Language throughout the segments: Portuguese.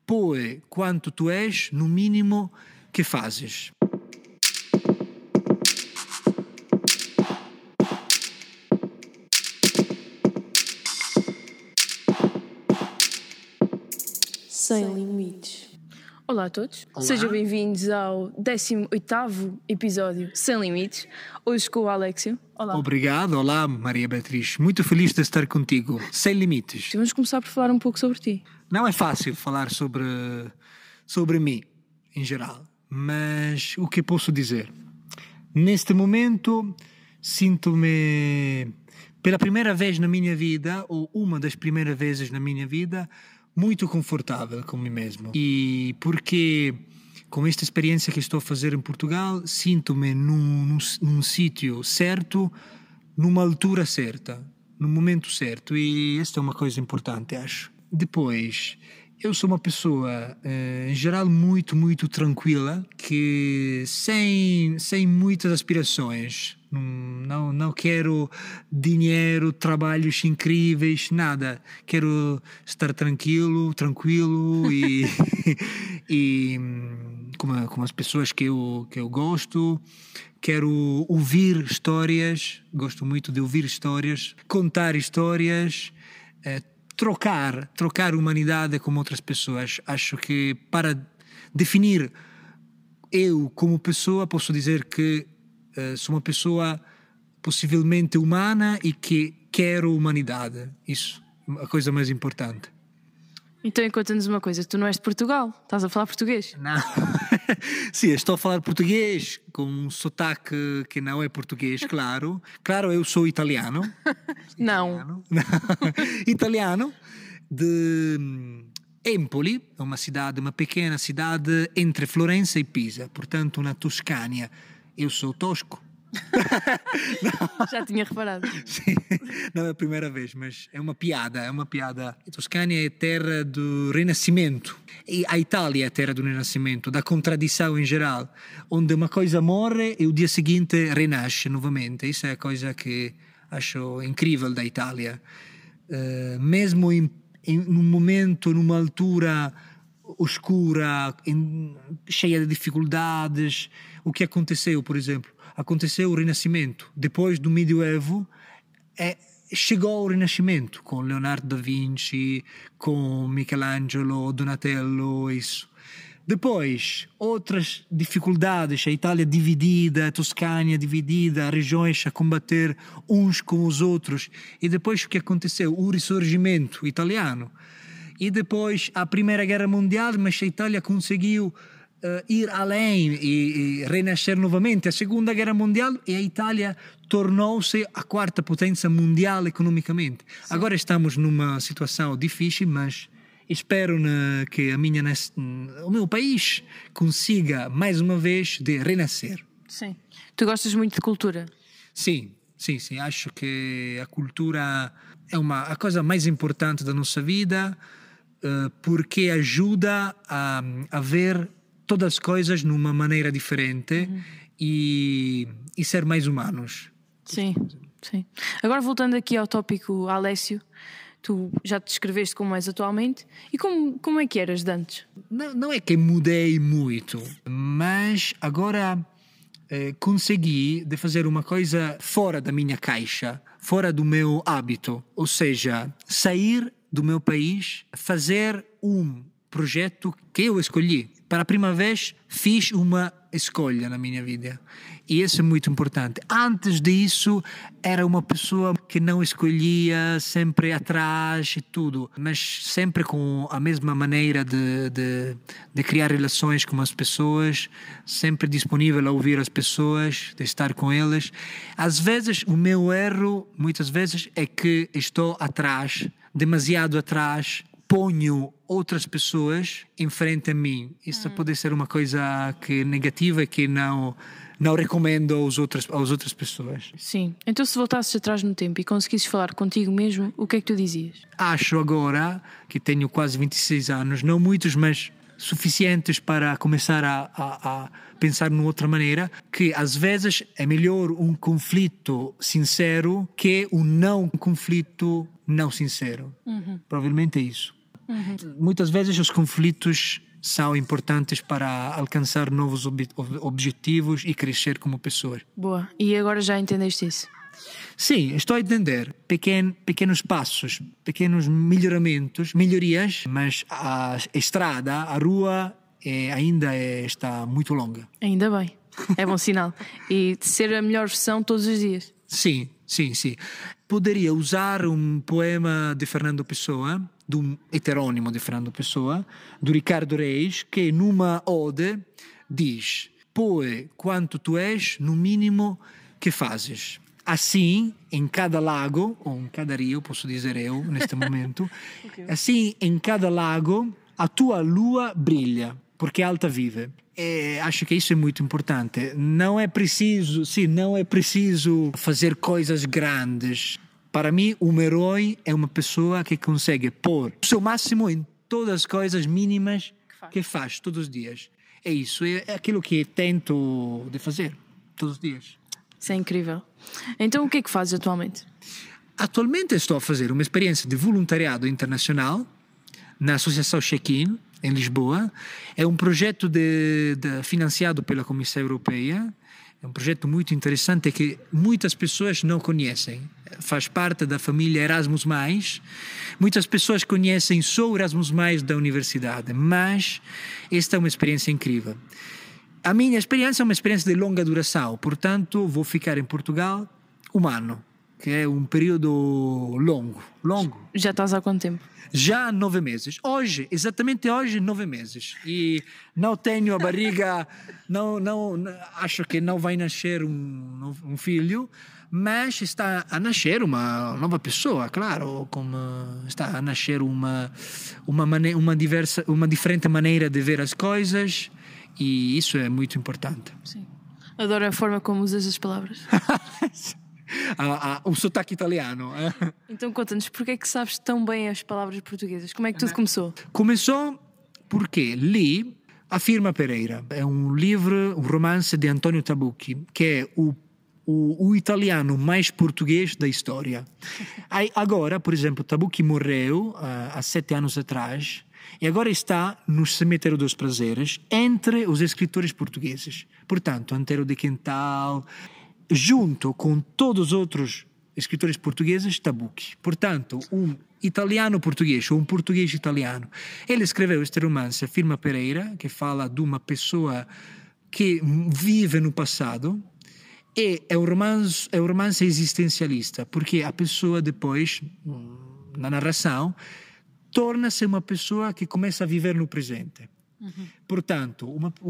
Poi, quanto tu és, no mínimo, que fazes? Sem limites. Olá a todos, Olá. Sejam bem-vindos ao 18º episódio Sem Limites, hoje com o Alexio. Olá. Obrigado, olá Maria Beatriz. Muito feliz de estar contigo. Sem limites. Vamos começar por falar um pouco sobre ti. Não é fácil falar sobre mim, em geral. Mas o que posso dizer? Neste momento, sinto-me, pela primeira vez na minha vida, ou uma das primeiras vezes na minha vida, muito confortável com mim mesmo. E porque, com esta experiência que estou a fazer em Portugal, sinto-me num sítio certo, numa altura certa, no momento certo. E esta é uma coisa importante, acho. Depois, eu sou uma pessoa, em geral, muito, muito tranquila, que sem muitas aspirações. Não quero dinheiro, trabalhos incríveis, nada. Quero estar tranquilo e com as pessoas que eu gosto. Quero ouvir histórias, gosto muito de ouvir histórias, contar histórias, trocar humanidade com outras pessoas. Acho que para definir eu como pessoa posso dizer que sou uma pessoa possivelmente humana e que quero humanidade. Isso é a coisa mais importante. Então conta-nos uma coisa, tu não és de Portugal, estás a falar português? Não. Sim, estou a falar português com um sotaque que não é português, claro. Claro, eu sou italiano. Não. Italiano de Empoli, é uma pequena cidade entre Florença e Pisa, portanto na Toscânia. Eu sou tosco. Já tinha reparado. Sim, não é a primeira vez, mas é uma piada. A Toscânia é terra do Renascimento e a Itália é terra do Renascimento, da contradição em geral, onde uma coisa morre e o dia seguinte renasce novamente. Isso é a coisa que acho incrível da Itália. Mesmo num momento, numa altura oscura, cheia de dificuldades, o que aconteceu, por exemplo? Aconteceu o Renascimento. Depois do Medioevo, chegou o Renascimento, com Leonardo da Vinci, com Michelangelo, Donatello, isso. Depois, outras dificuldades, a Itália dividida, a Toscânia dividida, regiões a combater uns com os outros. E depois o que aconteceu? O Risorgimento italiano. E depois a Primeira Guerra Mundial, mas a Itália conseguiu ir além e renascer novamente. A Segunda Guerra Mundial e a Itália tornou-se a quarta potência mundial economicamente. Sim. Agora estamos numa situação difícil, mas espero que o meu país consiga mais uma vez de renascer. Sim. Tu gostas muito de cultura? Sim. Acho que a cultura é a coisa mais importante da nossa vida, porque ajuda a ver todas as coisas numa maneira diferente e ser mais humanos. Sim. Agora voltando aqui ao tópico Alexio, tu já te descreveste como és atualmente e como é que eras de antes? Não é que mudei muito, mas agora consegui de fazer uma coisa fora da minha caixa, fora do meu hábito, ou seja, sair do meu país, fazer um projeto que eu escolhi. Para a primeira vez fiz uma escolha na minha vida e isso é muito importante. Antes disso era uma pessoa que não escolhia, sempre atrás e tudo, mas sempre com a mesma maneira de criar relações com as pessoas, sempre disponível a ouvir as pessoas, de estar com elas. Às vezes o meu erro, muitas vezes, é que estou atrás, demasiado atrás, ponho outras pessoas em frente a mim. Isso pode ser uma coisa que é negativa e que não recomendo às outras pessoas. Sim. Então se voltasses atrás no tempo e conseguisses falar contigo mesmo, o que é que tu dizias? Acho agora, que tenho quase 26 anos, não muitos, mas suficientes para começar a pensar numa outra maneira, que às vezes é melhor um conflito sincero que um não conflito não sincero. Provavelmente é isso. Muitas vezes os conflitos são importantes para alcançar novos objetivos e crescer como pessoa. Boa. E agora já entendeste isso? Sim, estou a entender pequenos passos, pequenos melhorias, mas a estrada, a rua ainda está muito longa. Ainda bem. É bom sinal. E de ser a melhor versão todos os dias. Sim. Poderia usar um poema de Fernando Pessoa, de um heterônimo de Fernando Pessoa, do Ricardo Reis, que numa ode diz: "Poe quanto tu és, no mínimo que fazes." Assim, em cada lago, ou em cada rio, posso dizer eu, neste momento, assim, em cada lago, a tua lua brilha, porque alta vive. E acho que isso é muito importante. Não é preciso fazer coisas grandes. Para mim, um herói é uma pessoa que consegue pôr o seu máximo em todas as coisas mínimas que faz todos os dias. É isso, é aquilo que tento de fazer todos os dias. Isso é incrível. Então o que é que fazes atualmente? Atualmente estou a fazer uma experiência de voluntariado internacional na Associação Check-in, em Lisboa. É um projeto financiado pela Comissão Europeia. É um projeto muito interessante que muitas pessoas não conhecem. Faz parte da família Erasmus+. Muitas pessoas conhecem só o Erasmus+, da universidade, mas esta é uma experiência incrível. A minha experiência é uma experiência de longa duração, portanto vou ficar em Portugal um ano, que é um período longo. Já estás há quanto tempo? Já 9 meses. Exatamente hoje, 9 meses. E não tenho a barriga, acho que não vai nascer um filho, mas está a nascer uma nova pessoa, claro, como está a nascer uma diferente maneira de ver as coisas. E isso é muito importante. Sim. Adoro a forma como usas as palavras. O sotaque italiano. Então conta-nos, porque é que sabes tão bem as palavras portuguesas? Como é que tudo começou? Começou porque li A Firma Pereira. É um romance de Antonio Tabucchi, que é o italiano mais português da história. Agora, por exemplo, Tabucchi morreu há 7 anos atrás e agora está no Cemitério dos Prazeres entre os escritores portugueses. Portanto, Antero de Quental, junto com todos os outros escritores portugueses, Tabucchi. Portanto, um italiano português ou um português italiano. Ele escreveu este romance, A Firma Pereira, que fala de uma pessoa que vive no passado. E é um romance existencialista, porque a pessoa depois, na narração, torna-se uma pessoa que começa a viver no presente. Portanto,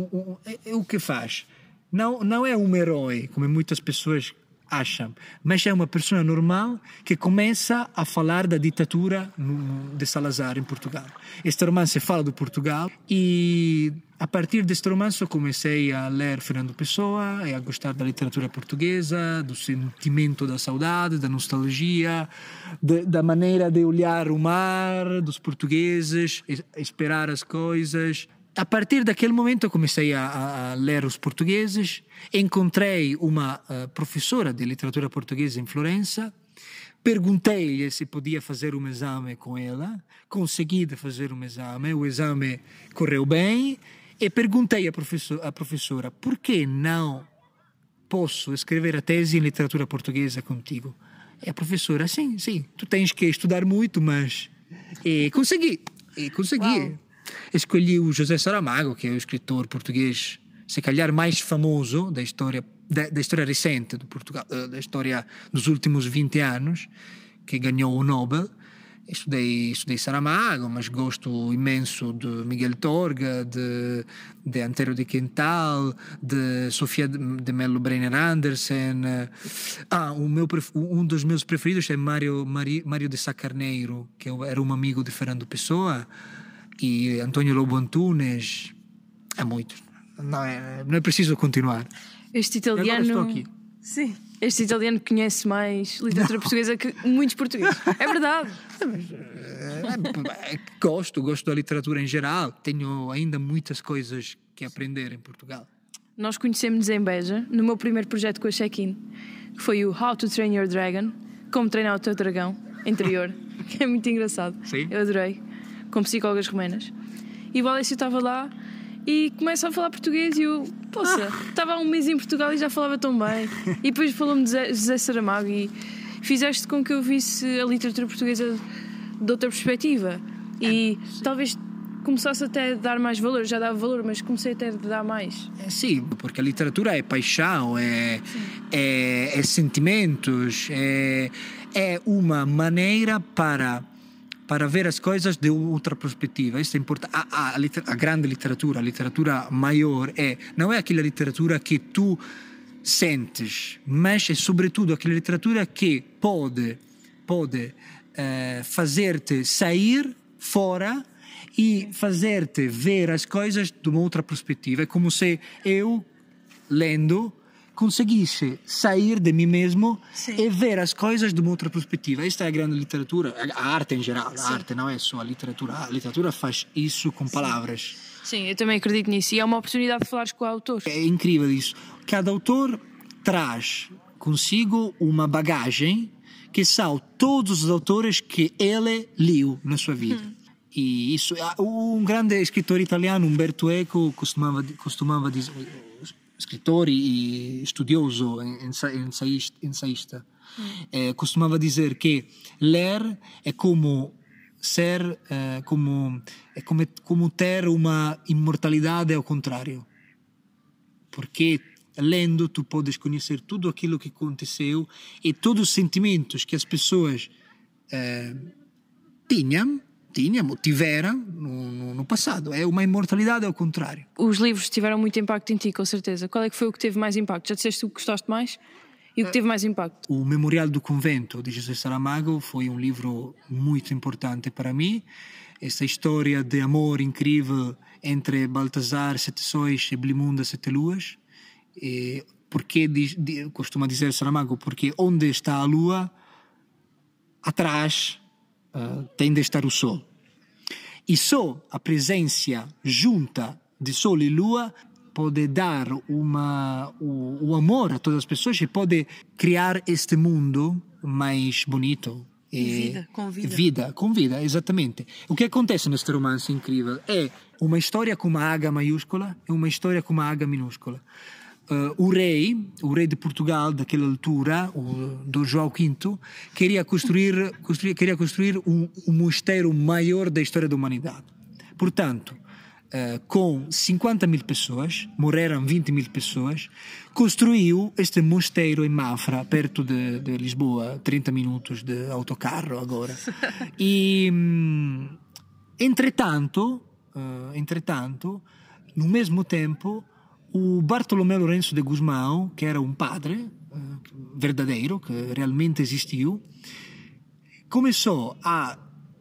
o que faz? Não é um herói, como muitas pessoas acham, mas é uma pessoa normal que começa a falar da ditadura de Salazar em Portugal. Este romance fala de Portugal e a partir deste romance eu comecei a ler Fernando Pessoa e a gostar da literatura portuguesa, do sentimento da saudade, da nostalgia, da maneira de olhar o mar dos portugueses, esperar as coisas. A partir daquele momento eu comecei a ler os portugueses, encontrei uma professora de literatura portuguesa em Florença, perguntei-lhe se podia fazer um exame com ela, consegui fazer um exame, o exame correu bem e perguntei à professora por que não posso escrever a tese em literatura portuguesa contigo. E a professora, sim, tu tens que estudar muito, mas... E consegui. Uau. Escolhi o José Saramago, que é o escritor português, se calhar mais famoso da história recente de Portugal, da história dos últimos 20 anos, que ganhou o Nobel. Estudei Saramago, mas gosto imenso de Miguel Torga, de Antero de Quental, de Sofia de Mello Brenner Andersen. Um dos meus preferidos é Mário de Sá Carneiro, que era um amigo de Fernando Pessoa, e António Lobo Antunes. Há muitos. Não é preciso continuar. Este italiano... Agora estou aqui. Sim. Este italiano conhece mais literatura portuguesa que muitos portugueses. É verdade. Gosto da literatura em geral. Tenho ainda muitas coisas que aprender em Portugal. Nós conhecemos-nos em Beja, no meu primeiro projeto com a Check-in, que foi o How to Train Your Dragon, como treinar o teu dragão interior, que é muito engraçado. Sim. Eu adorei. com psicólogas romanas. E o Alessio estava lá e começa a falar português e eu, poxa, estava há um mês em Portugal e já falava tão bem. E depois falou-me de José Saramago e fizeste com que eu visse a literatura portuguesa de outra perspectiva. E talvez começasse até a dar mais valor, já dava valor, mas comecei até a dar mais. Sim, porque a literatura é paixão, é sentimentos, é uma maneira para ver as coisas de outra perspectiva. Isso é importante. A grande literatura, a literatura maior, não é aquela literatura que tu sentes, mas é sobretudo aquela literatura que pode fazer-te sair fora e fazer-te ver as coisas de uma outra perspectiva. É como se eu, lendo, conseguisse sair de mim mesmo e ver as coisas de uma outra perspectiva. Esta é a grande literatura, a arte em geral. A arte não é só a literatura faz isso com palavras. Sim, eu também acredito nisso e é uma oportunidade de falares com o autor. É incrível isso. Cada autor traz consigo uma bagagem que são todos os autores que ele leu na sua vida. E isso, um grande escritor italiano, Umberto Eco, costumava dizer, escritor e estudioso, ensaísta, costumava dizer que ler é como como ter uma imortalidade ao contrário, porque lendo tu podes conhecer tudo aquilo que aconteceu e todos os sentimentos que as pessoas tiveram no passado. É uma imortalidade ao contrário. Os livros tiveram muito impacto em ti, com certeza. Qual é que foi o que teve mais impacto? Já disseste o que gostaste mais? E o que teve mais impacto? O Memorial do Convento, de José Saramago, foi um livro muito importante para mim. Essa história de amor incrível entre Baltasar Sete Sóis e Blimunda Sete Luas. Porque costuma dizer Saramago, porque onde está a lua, atrás tem de estar o sol. E só a presença junta de sol e lua pode dar o amor a todas as pessoas e pode criar este mundo mais bonito. Com vida, exatamente. O que acontece neste romance incrível é uma história com uma H maiúscula e uma história com uma H minúscula. O rei de Portugal daquela altura, o Dom João V, queria construir um mosteiro maior da história da humanidade. Portanto, com 50.000 pessoas, morreram 20.000 pessoas, construiu este mosteiro em Mafra, perto de Lisboa, 30 minutos de autocarro agora. E, entretanto, no mesmo tempo, o Bartolomeu Lourenço de Gusmão, que era um padre verdadeiro, que realmente existiu, começou a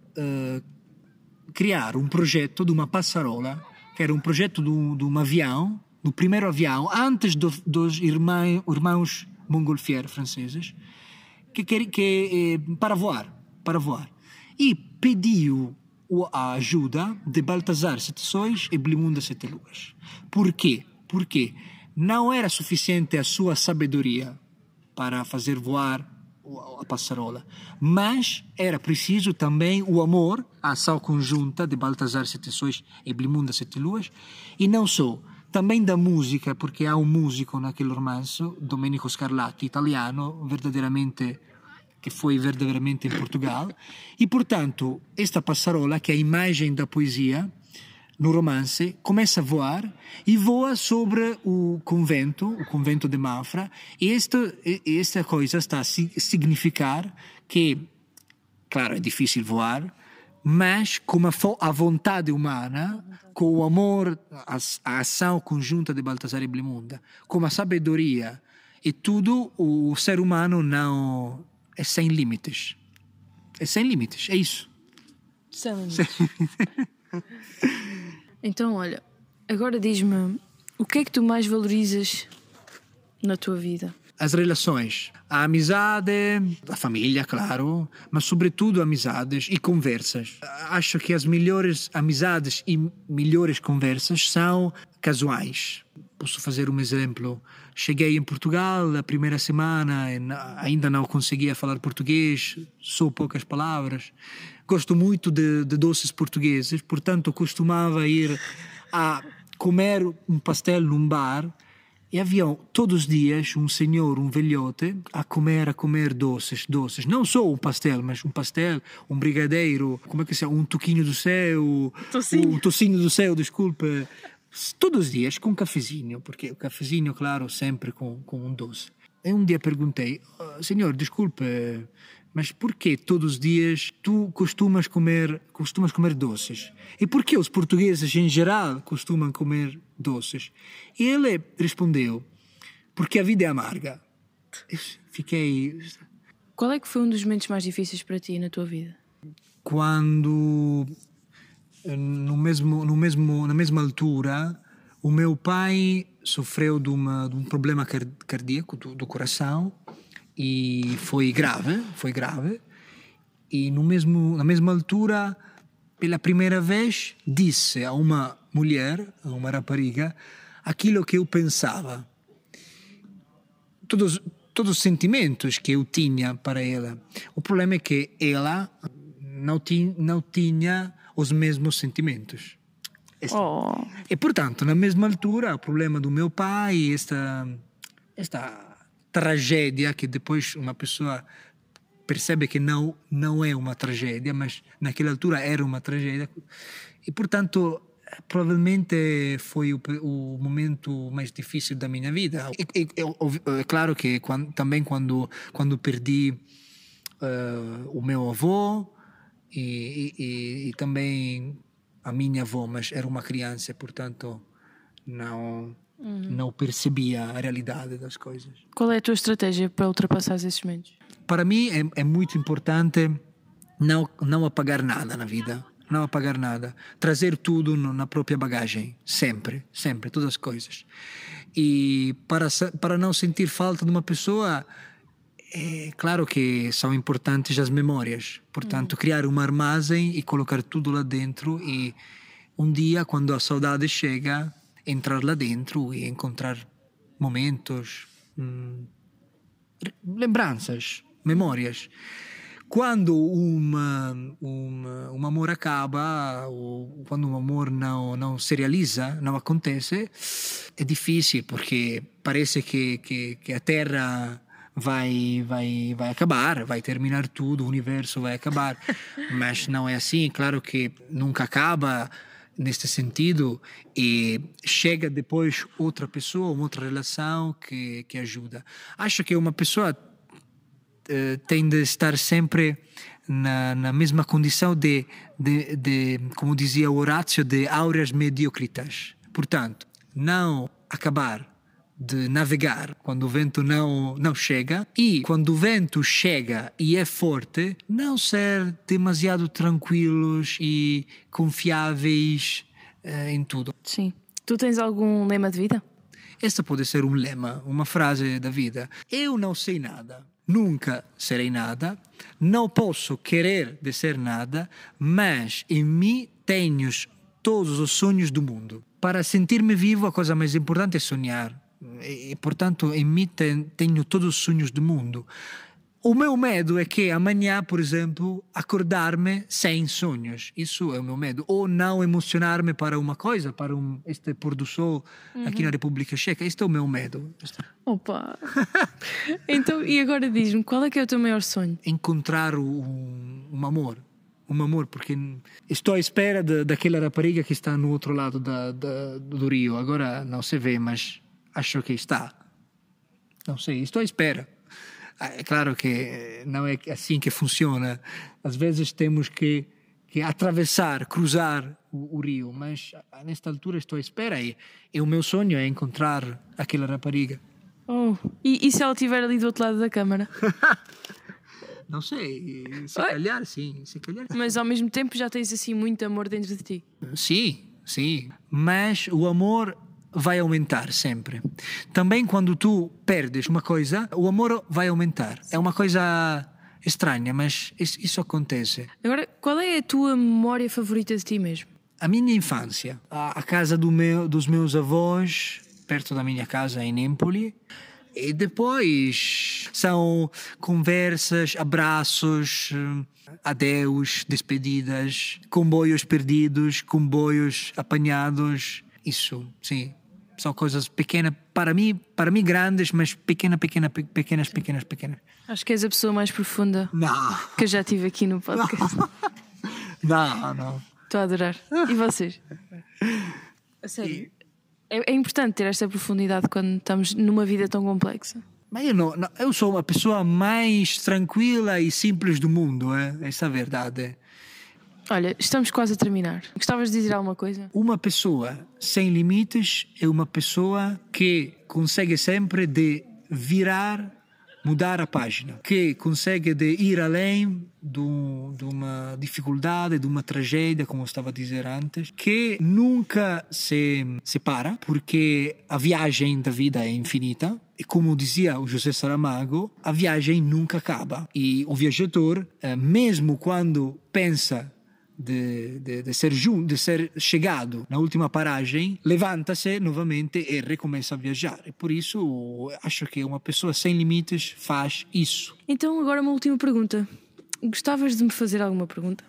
criar um projeto de uma passarola, que era um projeto de um avião, do primeiro avião, antes dos irmãos Montgolfier franceses, para voar. E pediu a ajuda de Baltasar Sete Sóis e Blimunda Sete Luas. Por quê? Porque não era suficiente a sua sabedoria para fazer voar a passarola, mas era preciso também o amor, a ação conjunta de Baltasar Sete Sóis e Blimunda Sete Luas, e não só, também da música, porque há um músico naquele romance, Domenico Scarlatti, italiano, que foi verdadeiramente em Portugal, e portanto esta passarola, que é a imagem da poesia no romance, começa a voar e voa sobre o convento de Mafra, e esta coisa está a significar que, claro, é difícil voar, mas com a vontade humana, com o amor, a ação conjunta de Baltasar e Blimunda, com a sabedoria e tudo, o ser humano não é sem limites. É sem limites, é isso. Sem limites. Então, olha, agora diz-me, o que é que tu mais valorizas na tua vida? As relações, a amizade, a família, claro, mas sobretudo amizades e conversas. Acho que as melhores amizades e melhores conversas são casuais. Posso fazer um exemplo. Cheguei em Portugal a primeira semana e ainda não conseguia falar português, só poucas palavras. Gosto muito de doces portugueses, portanto costumava ir a comer um pastel num bar e havia todos os dias um senhor, um velhote, a comer doces. Não só um pastel, mas um pastel, um brigadeiro, como é que se chama? Um toquinho do céu, um tocinho do céu, desculpa. Todos os dias com um cafezinho, porque o cafezinho, claro, sempre com um doce. E um dia perguntei, senhor, desculpe, mas por que todos os dias tu costumas comer doces? E por que os portugueses em geral costumam comer doces? E ele respondeu, porque a vida é amarga. Eu fiquei... Qual é que foi um dos momentos mais difíceis para ti na tua vida? Quando, na mesma altura, o meu pai sofreu de um problema cardíaco do coração e foi grave. E na mesma altura, pela primeira vez, disse a uma mulher, a uma rapariga, aquilo que eu pensava. Todos os sentimentos que eu tinha para ela. O problema é que ela não tinha os mesmos sentimentos. E, portanto, na mesma altura, o problema do meu pai, esta tragédia que depois uma pessoa percebe que não é uma tragédia, mas naquela altura era uma tragédia. E, portanto, provavelmente foi o momento mais difícil da minha vida. É claro que também quando perdi o meu avô e também a minha avó, mas era uma criança, portanto não percebia a realidade das coisas. Qual é a tua estratégia para ultrapassar esses momentos? Para mim é muito importante não apagar nada na vida. Não apagar nada. Trazer tudo na própria bagagem. Sempre, todas as coisas. E para não sentir falta de uma pessoa, é claro que são importantes as memórias. Portanto, criar uma armazém e colocar tudo lá dentro e um dia, quando a saudade chega, entrar lá dentro e encontrar momentos, lembranças, memórias. Quando um amor acaba, ou quando um amor não se realiza, não acontece, é difícil, porque parece que a Terra vai acabar, vai terminar tudo, o universo vai acabar. Mas não é assim, claro que nunca acaba neste sentido e chega depois outra pessoa, uma outra relação que ajuda. Acho que uma pessoa tem de estar sempre na mesma condição de, como dizia Horácio, de aureas mediocritas. Portanto, não acabar de navegar quando o vento não chega, e quando o vento chega e é forte, não ser demasiado tranquilos e confiáveis em tudo. Sim. Tu tens algum lema de vida? Esta pode ser um lema, uma frase da vida. Eu não sei nada. Nunca serei nada, não posso querer de ser nada, mas em mim tenho todos os sonhos do mundo. Para sentir-me vivo, a coisa mais importante é sonhar. E, portanto, em mim tenho todos os sonhos do mundo. O meu medo é que amanhã, por exemplo, acordar-me sem sonhos. Isso é o meu medo. Ou não emocionar-me para uma coisa, para este pôr do sol aqui na República Checa. Este é o meu medo. Opa! Então, e agora diz-me, qual é que é o teu maior sonho? Encontrar um amor. Um amor, porque estou à espera daquela rapariga que está no outro lado do rio. Agora não se vê, mas acho que está. Não sei, estou à espera. É claro que não é assim que funciona. Às vezes temos que atravessar, cruzar o rio, mas nesta altura estou à espera e o meu sonho é encontrar aquela rapariga. Oh, e se ela estiver ali do outro lado da câmara? Não sei, se calhar sim. Mas ao mesmo tempo já tens assim muito amor dentro de ti. Sim, mas o amor vai aumentar sempre. Também quando tu perdes uma coisa, o amor vai aumentar. É uma coisa estranha, mas isso acontece. Agora, qual é a tua memória favorita de ti mesmo? A minha infância, a casa dos meus avós, perto da minha casa em Empoli. E depois são conversas, abraços, adeus, despedidas, comboios perdidos, comboios apanhados. Isso, sim. São coisas pequenas, para mim grandes, mas pequenas. Acho que és a pessoa mais profunda Não, que eu já tive aqui no podcast. não. Estou a adorar. E vocês? A sério. É importante ter esta profundidade quando estamos numa vida tão complexa. Mas eu sou uma pessoa mais tranquila e simples do mundo, essa é a verdade. Olha, estamos quase a terminar. Gostavas de dizer alguma coisa? Uma pessoa sem limites é uma pessoa que consegue sempre de mudar a página, que consegue de ir além de uma dificuldade, de uma tragédia, como eu estava a dizer antes, que nunca se para, porque a viagem da vida é infinita. E como dizia o José Saramago, a viagem nunca acaba. E o viajador, mesmo quando pensa de ser chegado na última paragem, levanta-se novamente e recomeça a viajar. E por isso acho que uma pessoa sem limites faz isso. Então agora uma última pergunta. Gostavas de me fazer alguma pergunta?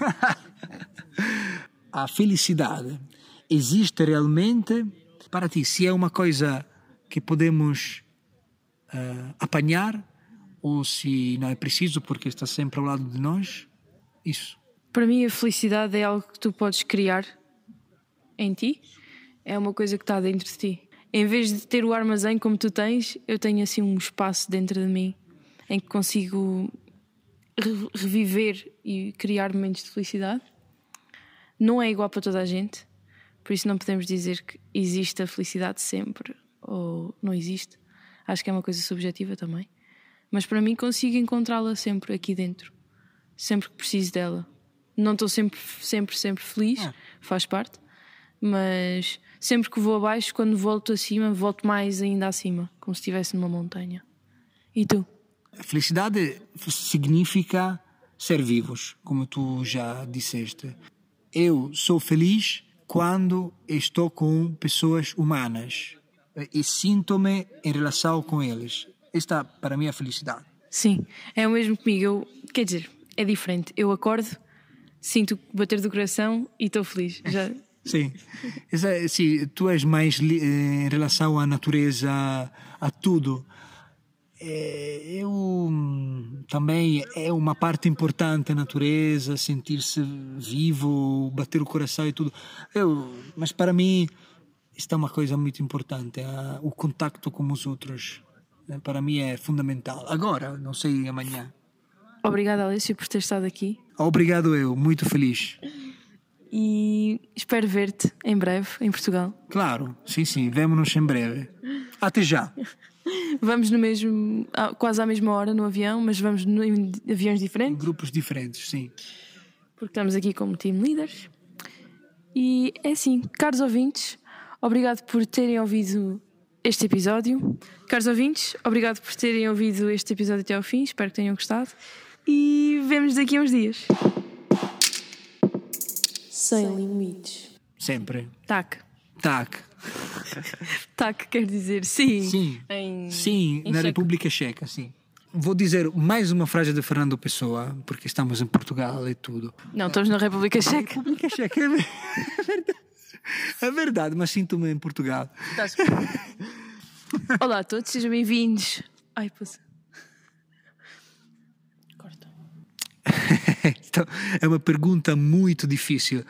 A felicidade existe realmente para ti? Se é uma coisa que podemos apanhar ou se não é preciso porque está sempre ao lado de nós? Isso. Para mim a felicidade é algo que tu podes criar em ti. É uma coisa que está dentro de ti. Em vez de ter o armazém como tu tens, eu tenho assim um espaço dentro de mim em que consigo reviver e criar momentos de felicidade. Não é igual para toda a gente, por isso não podemos dizer que existe a felicidade sempre ou não existe. Acho que é uma coisa subjetiva também. Mas para mim consigo encontrá-la sempre aqui dentro, sempre que preciso dela. Não estou sempre feliz, faz parte, mas sempre que vou abaixo, quando volto acima, volto mais ainda acima, como se estivesse numa montanha. E tu? A felicidade significa ser vivos, como tu já disseste. Eu sou feliz quando estou com pessoas humanas e sinto-me em relação com eles. Esta para mim é a felicidade. Sim, é o mesmo comigo. Quer dizer, é diferente. Eu acordo, sinto o bater do coração e estou feliz. Já... Sim. Sim, tu és mais em relação à natureza, a tudo. Eu também é uma parte importante a natureza, sentir-se vivo, bater o coração e tudo. Mas para mim isto é uma coisa muito importante, o contacto com os outros. Para mim é fundamental. Agora, não sei amanhã. Obrigada, Alessio, por ter estado aqui. Obrigado, eu, muito feliz. E espero ver-te em breve em Portugal. Claro, sim, vemo-nos em breve. Até já. Vamos no mesmo, quase à mesma hora no avião, mas vamos em aviões diferentes. Em grupos diferentes, sim. Porque estamos aqui como team leaders. E é assim, caros ouvintes, obrigado por terem ouvido este episódio. Caros ouvintes, obrigado por terem ouvido este episódio até ao fim. Espero que tenham gostado. E vemo-nos daqui a uns dias. Sem limites. Sempre. Tac. Tac quer dizer sim. Sim, em na checo. República Checa, sim. Vou dizer mais uma frase de Fernando Pessoa, porque estamos em Portugal e tudo. Não, estamos na República Checa. República Checa, é verdade. É verdade, mas sinto-me em Portugal. Olá a todos, sejam bem-vindos. Ai, poça. Corta. Então, é uma pergunta muito difícil.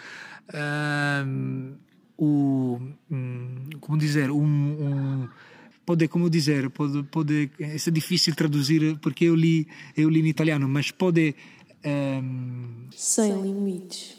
Como dizer, pode é difícil traduzir porque eu li em italiano, mas pode Sem limites.